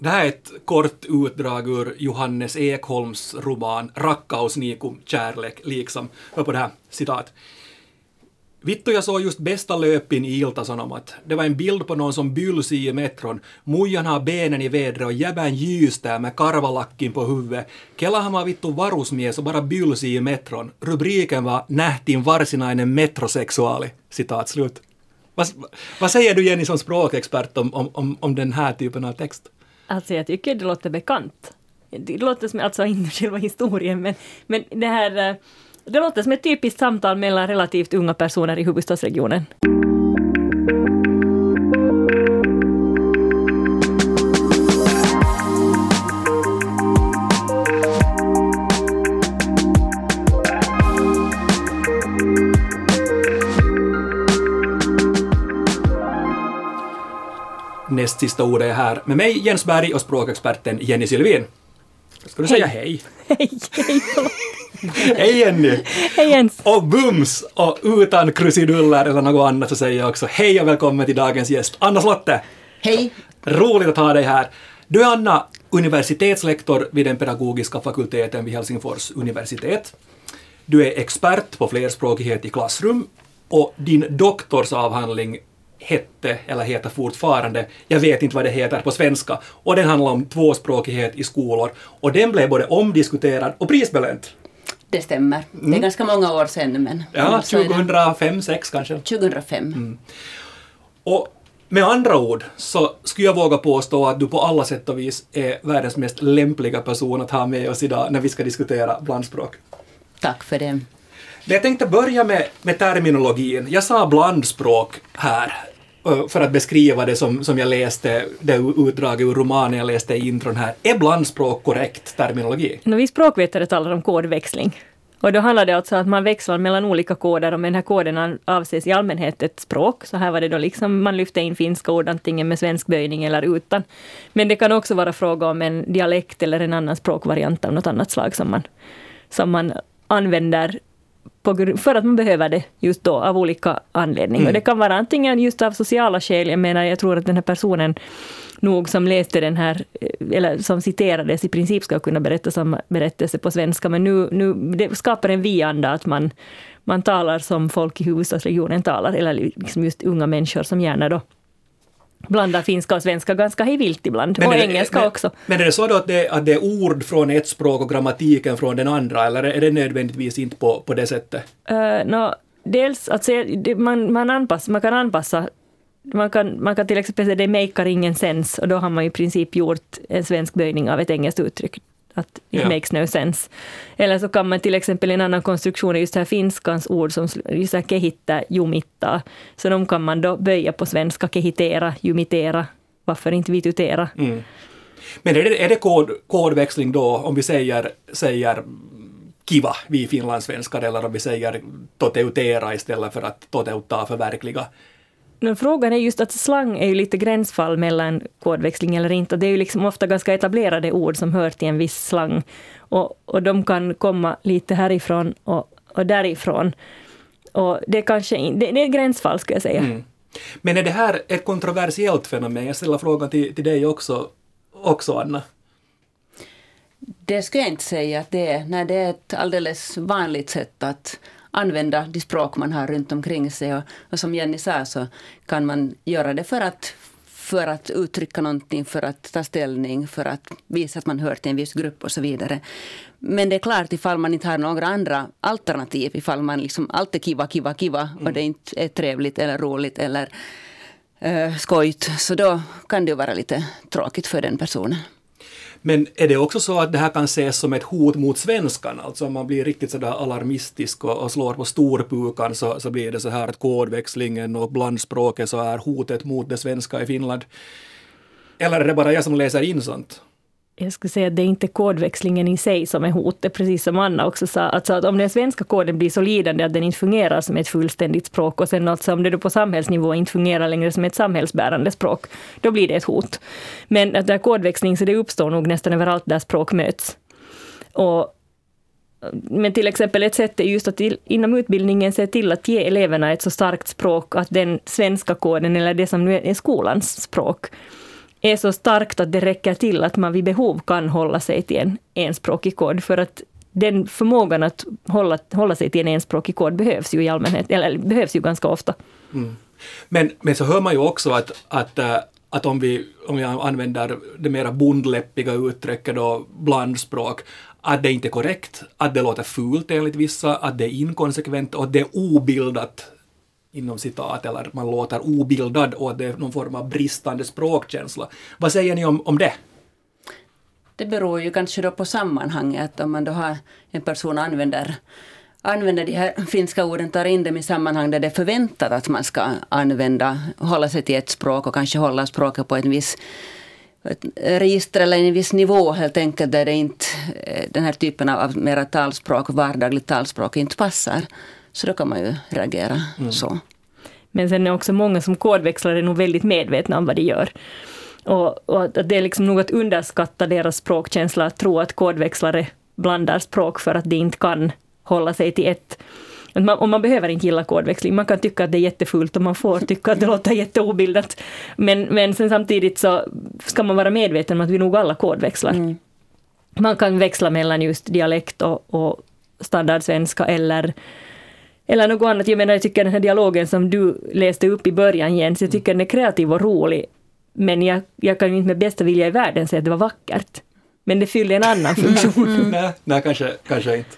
Det här är ett kort utdrag ur Johannes Ekholms roman Rakkaus niku kärlek, liksom. Hör på det här, citat. Vittu jag såg just bästa löpin i Ilta-Sanomat. Det var en bild på någon som bylsi i metron. Mujan har benen i vädret och jäbän ljustää med karvalakkin på huvudet. Kelahan var vittu varusmies och bara bylsi i metron. Rubriken var Nähtiin varsinainen metrosexuaali. Citat slut. Vad säger du, Jenny, som språkexpert om den här typen av text? Alltså jag tycker det låter bekant. Det låter som, alltså inte själva historien, men det här... Det låter som ett typiskt samtal mellan relativt unga personer i huvudstadsregionen. Näst sista ordet är här med mig, Jens Berg, och språkexperten Jenny Sylvin. Ska du säga hej? Hej. Hej Jenny! Hej Jens! Och bums! Och utan krusiduller eller något annat så säger jag också hej och välkommen till dagens gäst, Anna Slotte! Hej! Roligt att ha dig här. Du är, Anna, universitetslektor vid den pedagogiska fakulteten vid Helsingfors universitet. Du är expert på flerspråkighet i klassrum och din doktorsavhandling hette, eller heter fortfarande, jag vet inte vad det heter på svenska, och den handlar om tvåspråkighet i skolor, och den blev både omdiskuterad och prisbelönt. Det stämmer. Det är ganska många år sedan. Men ja, 2005-2006 kanske. 2005. Och med andra ord så skulle jag våga påstå att du på alla sätt och vis är världens mest lämpliga person att ha med oss idag när vi ska diskutera blandspråk. Tack för det. Jag tänkte börja med terminologin. Jag sa blandspråk här för att beskriva det som jag läste, det utdraget ur romanen jag läste i intron här. Är blandspråk korrekt terminologi? Vi språkvetare talar om kodväxling. Och då handlar det alltså att man växlar mellan olika koder, och med den här koden avses i allmänhet ett språk. Så här var det då liksom, man lyfte in finska ord antingen med svensk böjning eller utan. Men det kan också vara fråga om en dialekt eller en annan språkvariant av något annat slag som man använder för att man behöver det just då av olika anledningar. Och det kan vara antingen just av sociala skäl. Jag tror att den här personen nog som läste den här, eller som citerades, i princip ska kunna berätta samma berättelse på svenska. Men nu det skapar en vi-anda att man talar som folk i huvudstadsregionen talar, eller liksom just unga människor som gärna då blandar finska och svenska ganska vilt ibland, och engelska också. Men är det så då att det är ord från ett språk och grammatiken från den andra, eller är det nödvändigtvis inte på det sättet? Dels att man kan anpassa. Man kan till exempel säga det makar ingen sens, och då har man i princip gjort en svensk böjning av ett engelskt uttryck. Att it makes no sense. Eller så kan man till exempel en annan konstruktion, just här finskans ord som just här kehittää, jumittaa. Så de kan man då böja på svenska, kehitera, jumitera, varför inte vitutera. Mm. Men är det kodväxling då om vi säger kiva, vi finlandssvenskar, eller om vi säger toteutera istället för att toteuta, förverkliga? Frågan är just att slang är ju lite gränsfall mellan kodväxling eller inte. Det är ju liksom ofta ganska etablerade ord som hör till en viss slang. Och de kan komma lite härifrån och därifrån. Och det är ett gränsfall, ska jag säga. Mm. Men är det här ett kontroversiellt fenomen? Jag ställer frågan till dig också, Anna. Det skulle jag inte säga att det är. Nej, det är ett alldeles vanligt sätt att använda de språk man har runt omkring sig, och som Jenny sa så kan man göra det för att uttrycka någonting, för att ta ställning, för att visa att man hör till en viss grupp och så vidare. Men det är klart, ifall man inte har några andra alternativ, ifall man liksom alltid kiva och det inte är trevligt eller roligt eller skojt, så då kan det vara lite tråkigt för den personen. Men är det också så att det här kan ses som ett hot mot svenskan? Alltså om man blir riktigt sådär alarmistisk och slår på storpukan så blir det så här att kodväxlingen och blandspråket så är hotet mot det svenska i Finland. Eller är det bara jag som läser in sånt? Jag skulle säga att det är inte kodväxlingen i sig som är hotet, precis som Anna också sa. Alltså att om den svenska koden blir så lidande att den inte fungerar som ett fullständigt språk, och sen alltså om det då på samhällsnivå inte fungerar längre som ett samhällsbärande språk, då blir det ett hot. Men att det är kodväxling, så det uppstår nog nästan överallt där språk möts. Men till exempel ett sätt är just att inom utbildningen se till att ge eleverna ett så starkt språk att den svenska koden, eller det som nu är skolans språk, är så starkt att det räcker till att man vid behov kan hålla sig till en enspråkig kod, för att den förmågan att hålla sig till en enspråkig kod behövs ju i allmänhet, eller behövs ju ganska ofta. Mm. Men så hör man ju också att om vi använder det mera bondläppiga uttrycket då, blandspråk, att det inte är korrekt, att det låter fult enligt vissa, att det är inkonsekvent och att det är obildat inom citat, eller man låter obildad och att det är någon form av bristande språkkänsla. Vad säger ni om det? Det beror ju kanske då på sammanhanget. Om man då har en person använder de här finska orden, tar in dem i sammanhang där det är förväntat att man ska hålla sig till ett språk och kanske hålla språket på ett register eller en viss nivå helt enkelt, där det inte, den här typen av mera talspråk, vardagligt talspråk inte passar. Så då kan man ju reagera så. Men sen är också många som kodväxlar är nog väldigt medvetna om vad de gör. Och det är liksom nog att underskatta deras språkkänsla, att tro att kodväxlare blandar språk för att de inte kan hålla sig till ett. Och man behöver inte gilla kodväxling. Man kan tycka att det är jättefult och man får tycka att det låter jätteobildat. Men sen samtidigt så ska man vara medveten om att vi nog alla kodväxlar. Mm. Man kan växla mellan just dialekt och standardsvenska eller något annat. Jag tycker den här dialogen som du läste upp i början, Jens, jag tycker den är kreativ och rolig. Men jag kan inte med bästa vilja i världen säga att det var vackert. Men det fyller en annan funktion. Nej, kanske inte.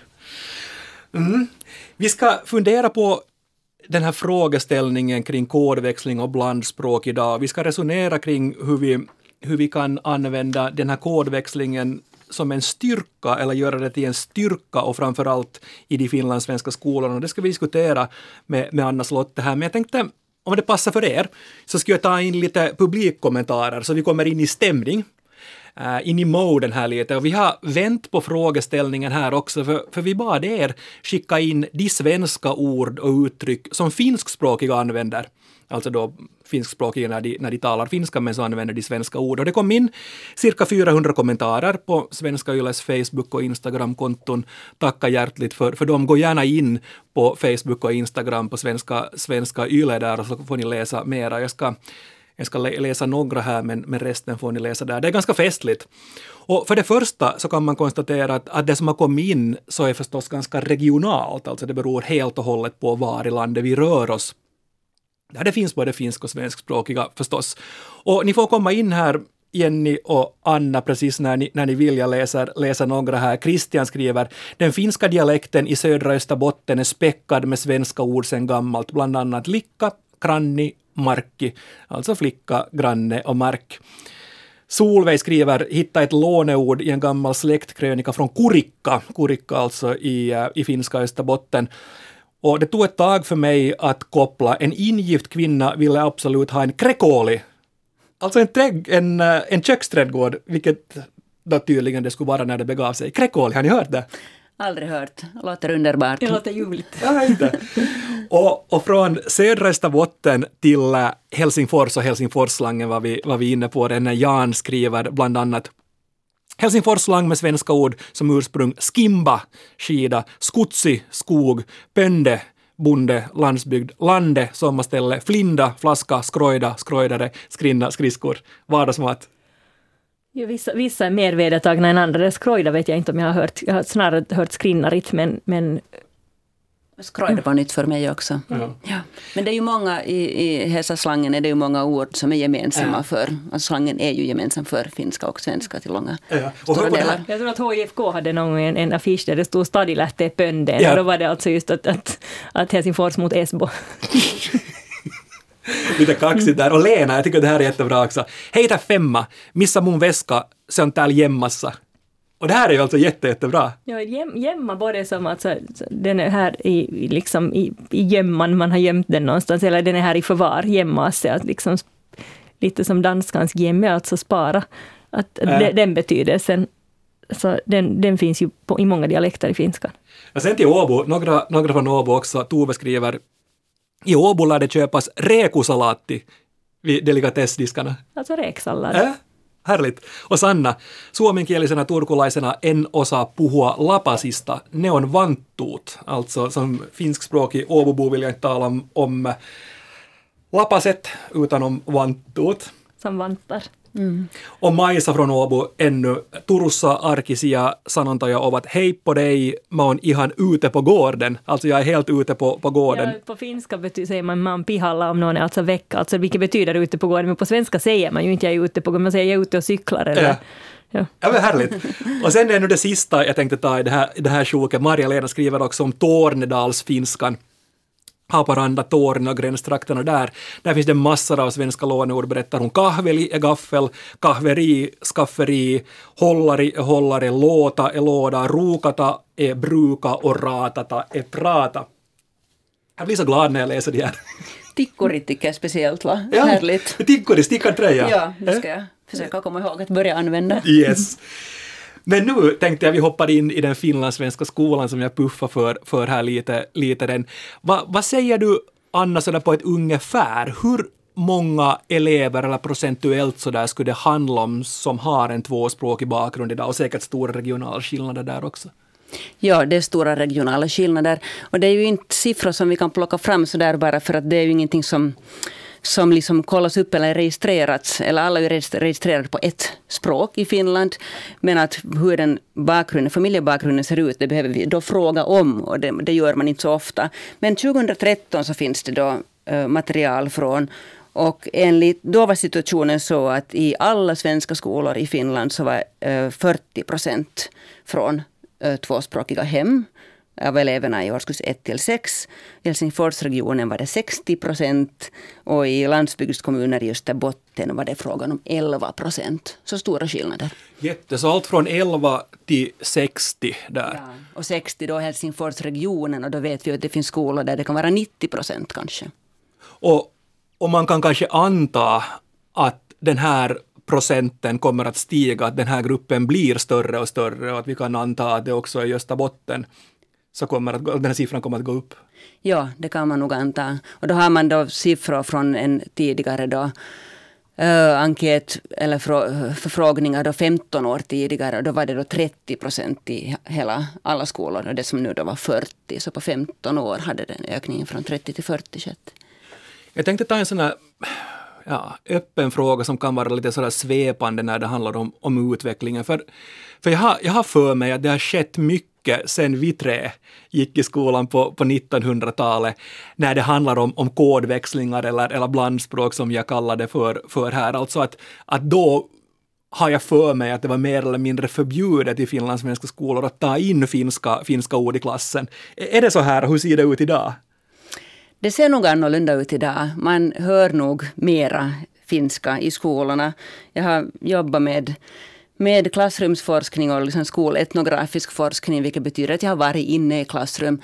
Mm. Vi ska fundera på den här frågeställningen kring kodväxling och blandspråk idag. Vi ska resonera kring hur vi kan använda den här kodväxlingen som en styrka eller göra det till en styrka och framförallt i de finlandssvenska skolorna. Det ska vi diskutera med Anna Slotte här. Men jag tänkte, om det passar för er, så ska jag ta in lite publikkommentarer så vi kommer in i stämning. In i moden här lite. Och vi har vänt på frågeställningen här också, för vi bad er skicka in de svenska ord och uttryck som finskspråkiga använder. Alltså då finskspråkiga när de talar finska, men så använder de svenska ord. Och det kom in cirka 400 kommentarer på Svenska Yles Facebook- och Instagram-konton. Tacka hjärtligt för dem. Gå gärna in på Facebook och Instagram på Svenska Yle där, och så får ni läsa mera. Jag ska läsa några här, men resten får ni läsa där. Det är ganska festligt. Och för det första så kan man konstatera att det som har kommit in så är förstås ganska regionalt. Alltså det beror helt och hållet på var i landet vi rör oss. Där det finns både finsk och svenskspråkiga förstås. Och ni får komma in här, Jenny och Anna, precis när ni vill. Jag läser några här. Christian skriver: den finska dialekten i södra Österbotten är späckad med svenska ord sedan gammalt. Bland annat likka, kranni, markki, alltså flicka, granne och mark. Solveig skriver: hitta ett låneord i en gammal släktkrönika från Kurikka alltså i finska Österbotten. Och det tog ett tag för mig att koppla. En ingift kvinna ville absolut ha en krekoli. Alltså en köksträdgård, vilket då tydligen det skulle vara när det begav sig. Krekoli, har ni hört det? Aldrig hört. Låter underbart. Det låter ljuvligt. Ja, inte. Och från södra Österbotten till Helsingfors och Helsingforsslangen var vi inne på det, när Jan skriver bland annat: Helsingforsslang med svenska ord som ursprung: skimba, skida, skutsi, skog, pönde, bonde, landsbygd, lande, sommarställe, flinda, flaska, skroida, skroidare, skrinna, skridskor, vardagsmat. Ja, vissa är mer vedertagna än andra. Skroida vet jag inte om jag har hört. Jag har snarare hört skrinnarit, men skroida var nytt för mig också. Ja. Men det är ju många, i Hesaslangen är det ju många ord som är gemensamma för, alltså slangen är ju gemensam för finska och svenska till långa stora delar. Jag tror att HIFK hade någon en affisch där det stod stadilätte pönden, och då var det alltså just att Helsingfors mot Esbo. Lite kaxigt där. Och Lena, jag tycker det här är jättebra också. Heitä femma, missa mun veska, se on täällä jemmassa. Och det här är ju alltså jättebra. Ja, gömma både som att den är här i gömman, man har gömt den någonstans, eller den är här i förvar, gömma sig, att liksom lite som danskans gömme, alltså spara. Att den betydelsen, så den finns ju i många dialekter i finskan. Och sen till Åbo, några från Åbo också. Tove skriver: i Åbo lär det köpas rekusalaatti vid delikatessdiskarna. Alltså räksallad. Härligt. Och Sanna, suomenkielisenä turkulaisena en osaa puhua lapasista. Ne on vanttuut. Alltså som finskspråkig Åbobo vill jag inte tala om lapaset utan om vanttuut. Som vantar. Och Maisa från Åbo ännu. Turussa arkisia sanontoja ovat hej på dig, mä oon ihan ute på gården. Alltså jag är helt ute på gården. Ja, på finska säger man pihalla om någon är alltså väck, alltså vilket betyder ute på gården. Men på svenska säger man ju inte jag är ute på gården, man säger jag är ute och cyklar. Eller? Ja, men härligt. Och sen är nu det sista jag tänkte ta i det här sjoket. Marja-Lena skriver också om Tornedalsfinskan. Haparanda, Torne och gränstrakterna där. Där finns det massor av svenska låneord, berättar hon. Kahveli är gaffel, kahveri, skafferi, hållari är hållare, låta är låda, rukata är bruka och ratata är prata. Jag blir så glad när jag läser det här. Tikkurit tycker jag speciellt, va? Ja, härligt. Tikkurit, stickad tröja. Ja, det ska jag försöka komma ihåg att börja använda. Yes. Men nu tänkte jag vi hoppar in i den finlandssvenska skolan som jag puffar för här lite den. Vad säger du, Anna, sådär på ett ungefär? Hur många elever eller procentuellt sådär skulle det handla om som har en tvåspråkig bakgrund idag, och säkert stora regionala skillnader där också? Ja, det är stora regionala skillnader. Och det är ju inte siffror som vi kan plocka fram så där bara, för att det är ju ingenting som liksom kollas upp eller registrerats, eller alla är registrerade på ett språk i Finland, men att hur den familjebakgrunden ser ut, det behöver vi då fråga om, och det gör man inte så ofta. Men 2013 så finns det då material från, och enligt då var situationen så att i alla svenska skolor i Finland så var 40% från tvåspråkiga hem av eleverna i årskurs 1-6. I Helsingforsregionen var det 60%, och i landsbygdskommuner i Österbotten var det frågan om 11%. Så stora skillnader. Så allt från 11 till 60 där. Ja, och 60 då Helsingforsregionen, och då vet vi att det finns skolor där det kan vara 90% kanske. Och man kan kanske anta att den här procenten kommer att stiga, att den här gruppen blir större och större, och att vi kan anta att det också i Österbotten så den här siffran kommer att gå upp. Ja, det kan man nog anta. Och då har man då siffror från en tidigare då enkät eller förfrågningar då 15 år tidigare, och då var det då 30% i alla skolor, och det som nu då var 40, så på 15 år hade den ökningen från 30 till 40 skett. Jag tänkte ta en sån här öppen fråga som kan vara lite sådär svepande när det handlar om utvecklingen. För jag har för mig att det har skett mycket sen vi tre gick i skolan på 1900-talet, när det handlar om kodväxlingar eller blandspråk som jag kallar det för här. Alltså att då har jag för mig att det var mer eller mindre förbjudet i finlandssvenska skolor att ta in finska ord i klassen. Är det så här? Hur ser det ut idag? Det ser nog annorlunda ut idag. Man hör nog mera finska i skolorna. Jag har jobbat med klassrumsforskning och liksom skoletnografisk forskning, vilket betyder att jag har varit inne i klassrum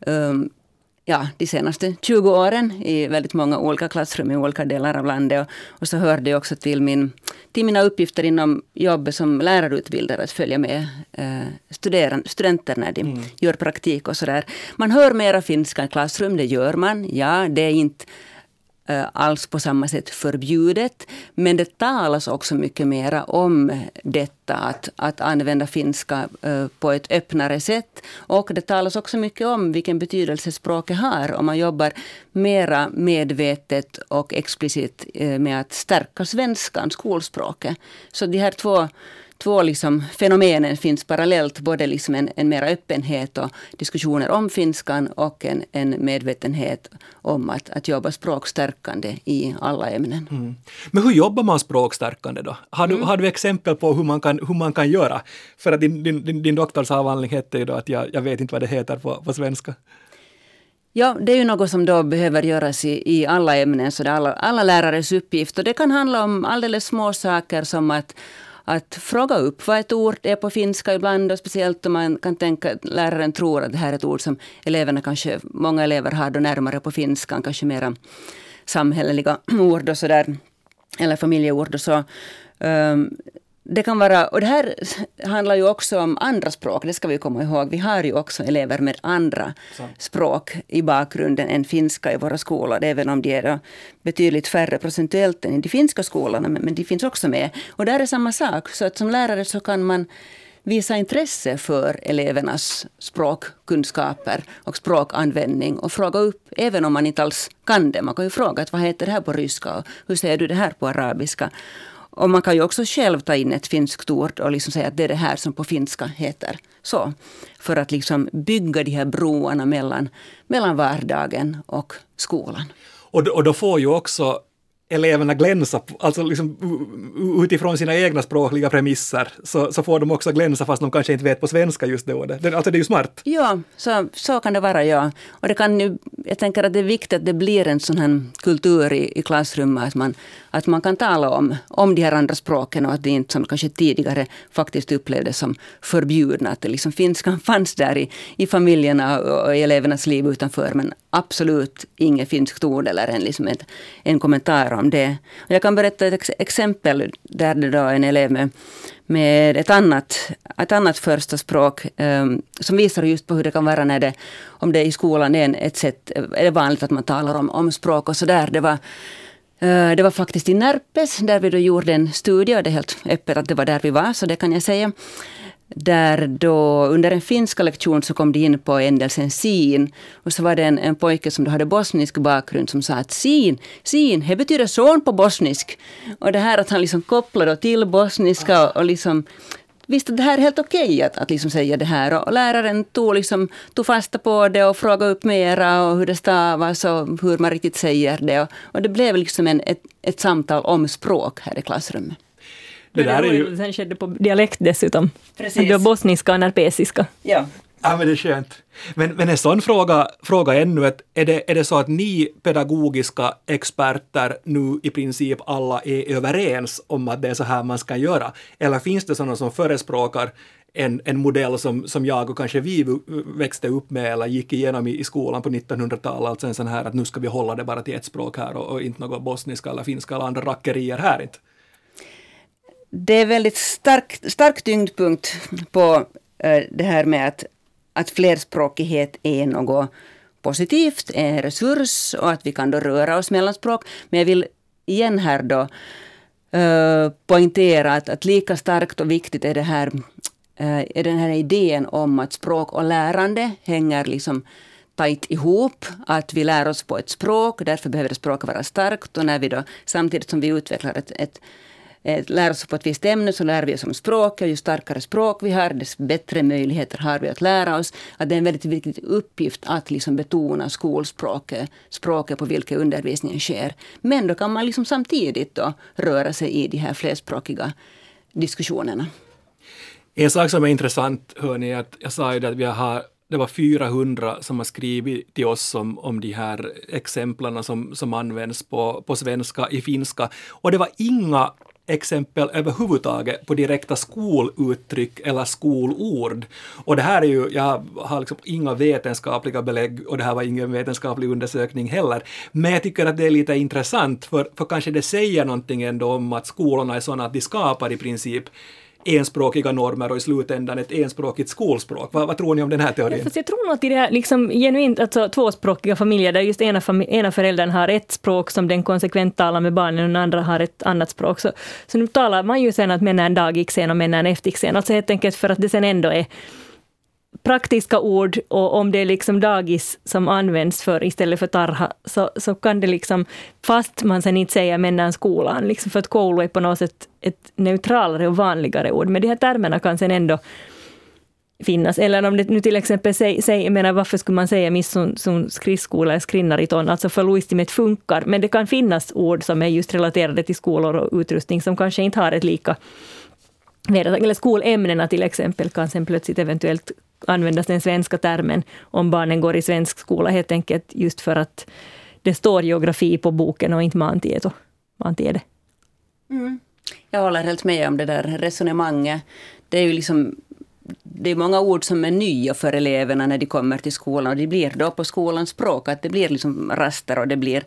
de senaste 20 åren i väldigt många olika klassrum i olika delar av landet. Och så hörde jag också till mina uppgifter inom jobbet som lärarutbildare att följa med studenter när de gör praktik och sådär. Man hör mera finska i klassrum, det gör man. Ja, det är inte alls på samma sätt förbjudet, men det talas också mycket mera om detta att använda finska på ett öppnare sätt, och det talas också mycket om vilken betydelse språket har om man jobbar mera medvetet och explicit med att stärka svenskan, skolspråket. Så de här två liksom fenomenen finns parallellt, både liksom en mera öppenhet och diskussioner om finskan, och en medvetenhet om att jobba språkstärkande i alla ämnen. Mm. Men hur jobbar man språkstärkande då? Har du exempel på hur man kan göra? För att din doktorsavhandling hette ju då att jag vet inte vad det heter på svenska. Ja, det är ju något som då behöver göras i alla ämnen, så det är alla lärares uppgift. Och det kan handla om alldeles små saker som att fråga upp vad ett ord är på finska ibland, och speciellt om man kan tänka att läraren tror att det här är ett ord som många elever har då närmare på finskan, kanske mera samhälleliga ord och sådär, eller familjeord och så. Det kan vara, och det här handlar ju också om andra språk, det ska vi komma ihåg. Vi har ju också elever med andra språk i bakgrunden än finska i våra skolor, även om de är betydligt färre procentuellt än i de finska skolorna, men de finns också med. Och där är samma sak, så att som lärare så kan man visa intresse för elevernas språkkunskaper och språkanvändning och fråga upp, även om man inte alls kan det. Man kan ju fråga att vad heter det här på ryska och hur säger du det här på arabiska? Och man kan ju också själv ta in ett finskt ord och liksom säga att det är det här som på finska heter så. För att liksom bygga de här broarna mellan vardagen och skolan. Och då får ju också eleverna glänsa, alltså liksom utifrån sina egna språkliga premisser så får de också glänsa fast de kanske inte vet på svenska just det ordet. Alltså det är ju smart. Ja, så kan det vara, ja. Och det kan ju, jag tänker att det är viktigt att det blir en sån här kultur i klassrummet att man kan tala om de här andra språken och att det inte som kanske tidigare faktiskt upplevdes som förbjudna. Att det liksom finskan fanns där i familjerna och i elevernas liv utanför, men absolut inget finskt ord eller en kommentar om det. Och jag kan berätta ett exempel där det då är en elev med ett annat första språk som visar just på hur det kan vara om det i skolan är ett sätt, är det vanligt att man talar om språk och sådär. Det var faktiskt i Närpes där vi då gjorde en studie och det är helt öppet att det var där vi var, så det kan jag säga. Där då under en finska lektion så kom de in på ändelsen sin och så var det en pojke som då hade bosnisk bakgrund som sa att sin, det betyder son på bosnisk. Och det här att han liksom kopplade till bosniska och liksom visste att det här är helt okej att liksom säga det här. Och läraren tog fasta på det och frågade upp mera och hur det stavas och hur man riktigt säger det. Och det blev liksom ett samtal om språk här i klassrummet. Det där är ju... Sen skedde på dialekt dessutom. Precis. Det var bosniska och närpesiska. Ja. Ja, men det är skönt. Men en sån fråga ännu, är det så att ni pedagogiska experter nu i princip alla är överens om att det är så här man ska göra? Eller finns det sådana som förespråkar en modell som jag och kanske vi växte upp med eller gick igenom i skolan på 1900-talet, alltså en sån här att nu ska vi hålla det bara till ett språk här och inte något bosniska eller finska eller andra rackerier här inte? Det är väldigt stark tyngdpunkt på det här med att flerspråkighet är något positivt, en resurs och att vi kan då röra oss mellan språk. Men jag vill igen här då poängtera att lika starkt och viktigt är den här idén om att språk och lärande hänger liksom tajt ihop, att vi lär oss på ett språk, därför behöver språket vara starkt och när vi då samtidigt som vi utvecklar lär oss på ett visst ämne så lär vi oss om språk och ju starkare språk vi har desto bättre möjligheter har vi att lära oss. Att det är en väldigt viktig uppgift att liksom betona språket på vilket undervisningen sker. Men då kan man liksom samtidigt då röra sig i de här flerspråkiga diskussionerna. En sak som är intressant, hörni, att jag sa ju att det var 400 som har skrivit till oss om de här exemplen som används på svenska i finska. Och det var inga exempel överhuvudtaget på direkta skoluttryck eller skolord. Och det här är ju, jag har liksom inga vetenskapliga belägg och det här var ingen vetenskaplig undersökning heller. Men jag tycker att det är lite intressant för kanske det säger någonting ändå om att skolorna är sådana att de skapar i princip enspråkiga normer och i slutändan ett enspråkigt skolspråk. Vad tror ni om den här teorin? Ja, jag tror nog att det är liksom genuint, alltså tvåspråkiga familjer där just ena föräldern har ett språk som den konsekvent talar med barnen och den andra har ett annat språk. Så nu talar man ju sen att män är en dagigsen och män är en eftigsen. Alltså helt enkelt för att det sen ändå är praktiska ord och om det är liksom dagis som används för istället för tarha så kan det liksom, fast man sen inte säger männen skolan, liksom för att koulu är på något sätt ett neutralare och vanligare ord. Men de här termerna kan sen ändå finnas. Eller om det nu till exempel säger, menar varför skulle man säga miss som skridskola eller skrinnariton, alltså för luistimet funkar. Men det kan finnas ord som är just relaterade till skolor och utrustning som kanske inte har ett lika eller skolämnena till exempel kan sen plötsligt eventuellt användas den svenska termen om barnen går i svensk skola helt enkelt just för att det står geografi på boken och inte mantiede. Jag håller helt med om det där resonemanget. Det är ju liksom, det är många ord som är nya för eleverna när de kommer till skolan och det blir då på skolans språk att det blir liksom raster och det blir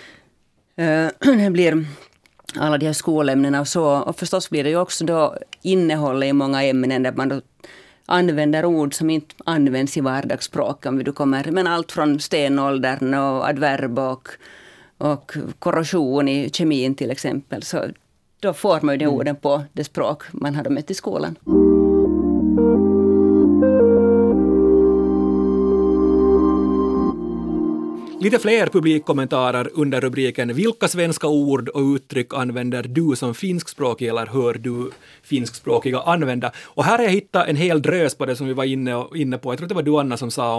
alla de här skolämnena och så. Och förstås blir det ju också då innehållet i många ämnen där man då använder ord som inte används i vardagsspråk. Om du kommer, men allt från stenåldern och adverb och korrosion i kemin till exempel. Så då får man ju de orden på det språk man har mött i skolan. Lite fler publikkommentarer under rubriken Vilka svenska ord och uttryck använder du som finskspråkig eller hör du finskspråkiga använda? Och här har jag hittat en hel drös på det som vi var inne på. Jag tror det var du, Anna, som sa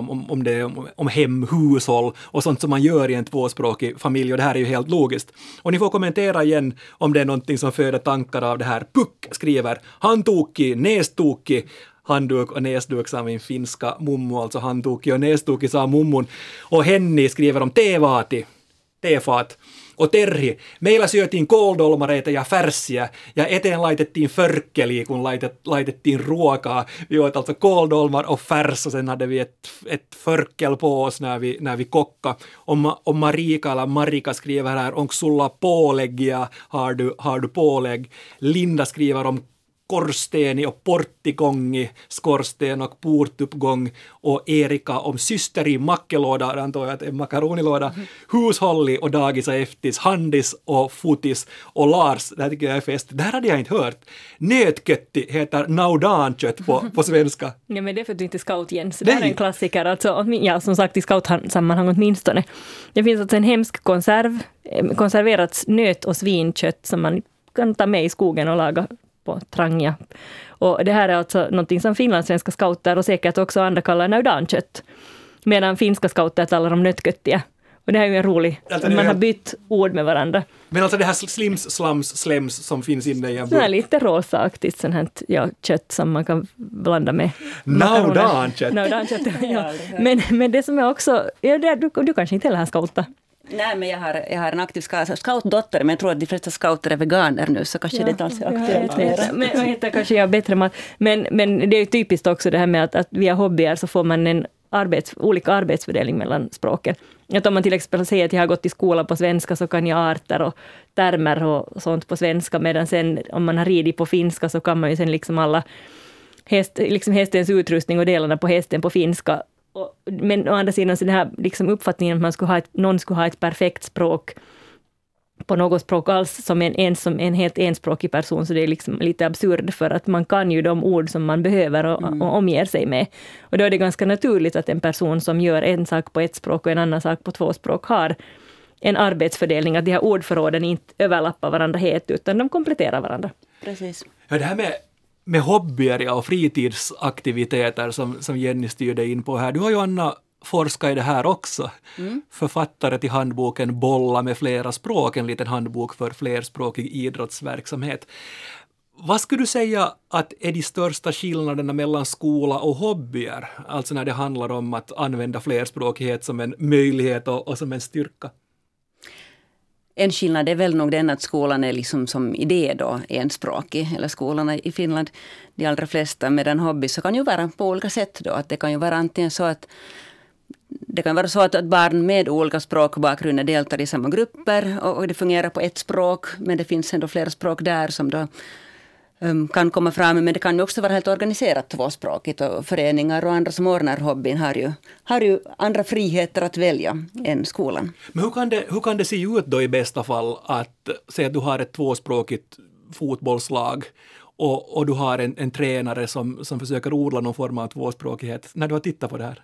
om hem, hushåll och sånt som man gör i en tvåspråkig familj, och det här är ju helt logiskt. Och ni får kommentera igen om det är någonting som föder tankar av det här. Puck skriver handtokig, nästokig, handduk och näsduk sa min finska mummo, alltså handtuki och näsduki sa mummon. Och Henni skriver om tevaati, tefat. Och Terhi, meillä syötiin kooldolmareita ja färssiä ja eteen laitettiin förkkeli, kun laitettiin ruokaa. Vi åt alltså kooldolmar och färs och sen hade vi ett förkel på oss när vi kokka. Om Marika eller Marika skriver här, onko sulla påläggia, har du pålägg? Linda skriver om korsteni och portigongi, skorsten och portuppgång, och Erika om systeri makkelåda, antar jag att en makaronilåda, husholli och dagis och eftis, handis och fotis, och Lars, det här tycker jag är fest, det här hade jag inte hört. Nötkötti heter naudankött på svenska. Ja, men det är för att du inte är scout, Jens. Det här är en klassiker, alltså, ja, som sagt i scoutsammanhang åtminstone. Det finns alltså en hemsk konserverat nöt- och svinkött som man kan ta med i skogen och laga på trangja. Och det här är alltså någonting som finlandssvenska scouter och säkert också andra kallar naudankött. Medan finska scouter talar om nötköttiä. Och det här är ju en rolig, alltså, man har bytt ord med varandra. Men alltså det här slims, slams, slems som finns inne i en burk. Det är lite rosaaktigt sånt här kött som man kan blanda med naudankött. Ja. Men det som är också, du kanske inte heller har scoutat. Nej, men jag har en aktiv scoutdotter, men jag tror att de flesta scouter är veganer nu, så kanske det inte alls är aktuellt mer. Men jag heter kanske jag bättre mat. Men det är ju typiskt också det här med att via hobbyer så får man en olika arbetsfördelning mellan språken. Att om man till exempel säger att jag har gått i skola på svenska, så kan jag arter och termer och sånt på svenska, medan sen om man har ridit på finska så kan man ju sen liksom alla hästens utrustning och delarna på hästen på finska. Men å andra sidan så den här liksom uppfattningen att någon skulle ha ett perfekt språk på något språk alls som en helt enspråkig person, så det är liksom lite absurd, för att man kan ju de ord som man behöver och omger sig med. Och då är det ganska naturligt att en person som gör en sak på ett språk och en annan sak på två språk har en arbetsfördelning, att de här ordförråden inte överlappar varandra helt, utan de kompletterar varandra. Precis. Ja, det här med hobbyer och fritidsaktiviteter som Jenny styrde in på här. Du har ju, Anna, forskat i det här också. Författare till handboken Bolla med flera språk, en liten handbok för flerspråkig idrottsverksamhet. Vad skulle du säga att är de största skillnaderna mellan skola och hobbyer? Alltså när det handlar om att använda flerspråkighet som en möjlighet och som en styrka. En skillnad är väl nog den att skolan är liksom som idé då enspråkig, eller skolorna i Finland, de allra flesta, medan hobby så kan ju vara på olika sätt då. Att det kan ju vara antingen så att att barn med olika språkbakgrunder deltar i samma grupper och det fungerar på ett språk, men det finns ändå flera språk där som då kan komma fram, men det kan ju också vara helt organiserat tvåspråkigt, och föreningar och andra som ordnar hobbyn har ju andra friheter att välja än skolan. Men hur kan det se ut då i bästa fall att säga att du har ett tvåspråkigt fotbollslag och du har en tränare som försöker odla någon form av tvåspråkighet när du har tittat på det här?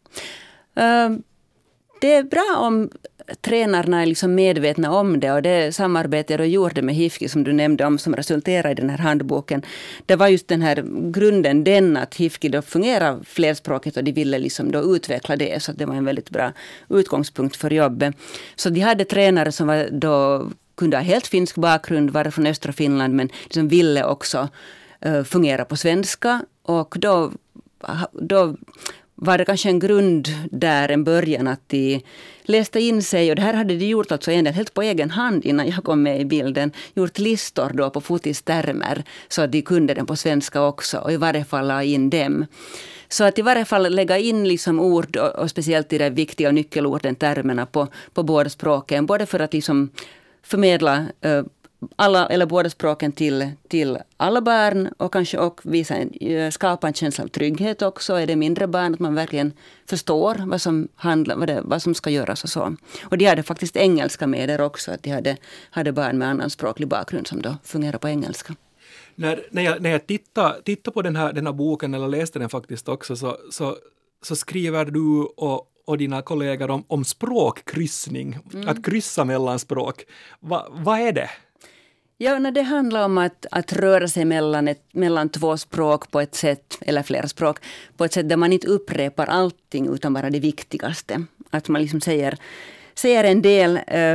Det är bra om tränarna är liksom medvetna om det, och det samarbete jag gjorde med HIFKI som du nämnde om som resulterade i den här handboken, det var just den här grunden, den att HIFKI då fungerar flerspråkigt och de ville liksom då utveckla det, så att det var en väldigt bra utgångspunkt för jobbet. Så de hade tränare som var då kunde ha helt finsk bakgrund, var från östra Finland, men liksom ville också fungera på svenska, och då var det kanske en grund där, en början, att de läste in sig, och det här hade de gjort alltså helt på egen hand innan jag kom med i bilden, gjort listor då på fotistermer så att de kunde den på svenska också, och i varje fall la in dem. Så att i varje fall lägga in liksom ord och speciellt i de viktiga nyckelorden, termerna på båda språken, både för att liksom förmedla alla eller båda språken till alla barn, och kanske skapa en känsla av trygghet också. Är det mindre barn, att man verkligen förstår vad som ska göras och så. Och de hade faktiskt engelska med där också, att de hade barn med annan språklig bakgrund som då fungerar på engelska. När jag tittar på den här boken, eller läste den faktiskt också, så skriver du och och dina kollegor om språkkryssning, att kryssa mellan språk. Vad är det? Ja, när det handlar om att röra sig mellan två språk på ett sätt, eller flera språk, på ett sätt där man inte upprepar allting utan bara det viktigaste. Att man liksom säger en del,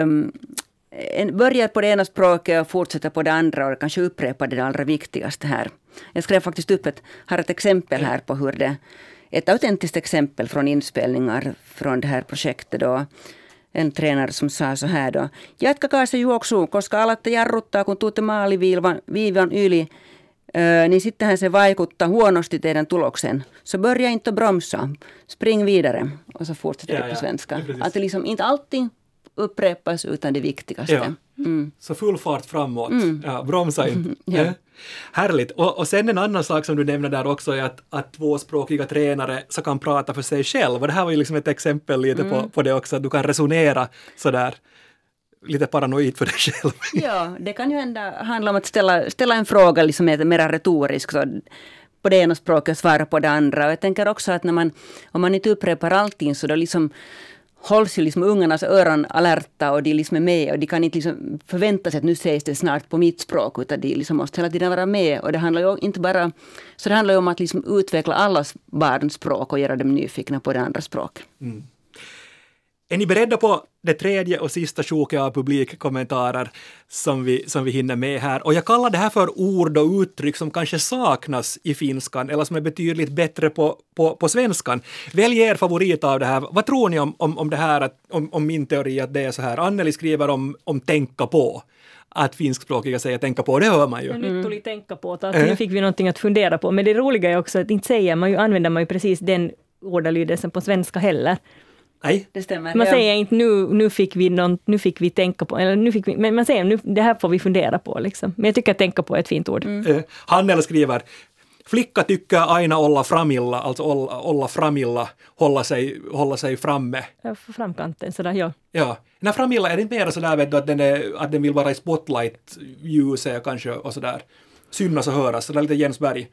börjar på det ena språket och fortsätter på det andra och kanske upprepar det allra viktigaste här. Jag skrev faktiskt upp har ett exempel här på hur det, ett autentiskt exempel från inspelningar från det här projektet då. En tränare som sa så här då. Jatkakaa se juoksua, koska alatte jarruttaa, kun tuutte maaliviivan yli, niin sittenhän se vaikuttaa huonosti teidän tuloksen. Så börja inte bromsa. Spring vidare. Och så fortsätter det på svenska. Att det liksom inte allting upprepas utan det viktigaste. Ja. Så full fart framåt. Ja, bromsa inte. Ja. Härligt. Och sen en annan sak som du nämner där också är att tvåspråkiga tränare så kan prata för sig själv. Och det här var ju liksom ett exempel lite på det också. Att du kan resonera sådär lite paranoid för dig själv. Ja, det kan ju handla om att ställa en fråga liksom mer retorisk. Så på det ena språket svara på det andra. Och jag tänker också att om man inte upprepar allting så då liksom hålls ju liksom ungarnas öron alerta och de liksom är med och de kan inte liksom förvänta sig att nu sägs det snart på mitt språk utan de liksom måste hela tiden vara med och det handlar ju inte bara så det handlar ju om att liksom utveckla allas barns språk och göra dem nyfikna på det andra språk. Mm. Är ni beredda på det tredje och sista sjoket av publikkommentarer som vi hinner med här? Och jag kallar det här för ord och uttryck som kanske saknas i finskan eller som är betydligt bättre på svenskan. Välj er favorit av det här. Vad tror ni om det här, om min teori att det är så här? Anneli skriver om tänka på. Att finskspråkiga säger tänka på, det hör man ju. Nu tog vi tänka på, att nu fick vi någonting att fundera på. Men det roliga är också att inte använder man ju precis den ordalydelsen på svenska heller. Nej. Det stämmer. Man säger inte nu fick vi tänka på, eller men man säger nu, det här får vi fundera på liksom. Men jag tycker att tänka på är ett fint ord. Hannel skriver, flicka tycker aina olla framilla, alltså olla framilla, hålla sig framme. Ja, för framkanten, sådär, ja. Ja, när framilla är det inte mer sådär vet du, att den vill vara i spotlight-ljuset kanske och sådär. Synas och höras, sådär lite Jens Berg.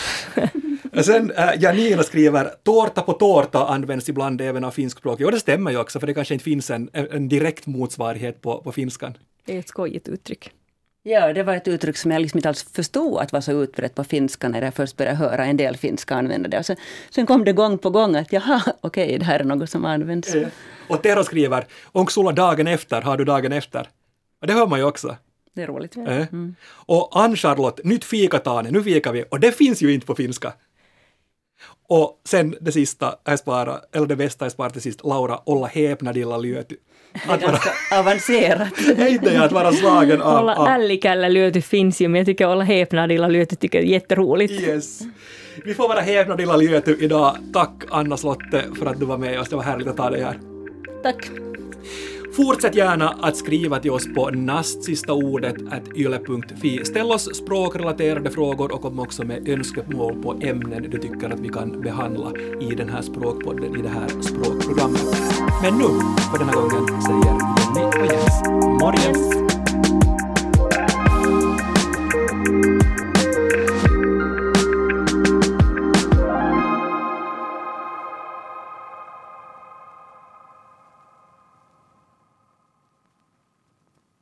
Sen Janina skriver, tårta på tårta används ibland även av finskspråk. Och det stämmer ju också, för det kanske inte finns en direkt motsvarighet på finskan. Det är ett skojigt uttryck. Ja, det var ett uttryck som jag liksom inte alls förstod att var så utbrett på finska när jag först började höra en del finska använda det. Och sen kom det gång på gång att jaha, okej, det här är något som används. Och Tero skriver, onko sulla dagen efter, har du dagen efter? Och det hör man ju också. Det är roligt. Ja. Och Ann-Charlotte, nytt fikatane, nu fikar vi. Och det finns ju inte på finska. Och sen det sista är spara, eller det bästa är spara till sist, Laura, olla häpnadilla lyöty. Det är ganska avancerat. Inte att vara slagen av... Olla ällikällä lyöty finns ju, men jag tycker olla häpnadilla lyöty tycker jag är jätteroligt. Yes. Vi får vara häpnadilla lyöty idag. Tack Anna Slotte för att du var med oss. Det var härligt att ha dig här. Tack. Fortsätt gärna att skriva till oss på nastsistaordet@yle.fi. Ställ oss språkrelaterade frågor och kom också med önskemål på ämnen du tycker att vi kan behandla i den här språkpodden, i det här språkprogrammet. Men nu, för den här gången, säger Jenny och Jens morgens.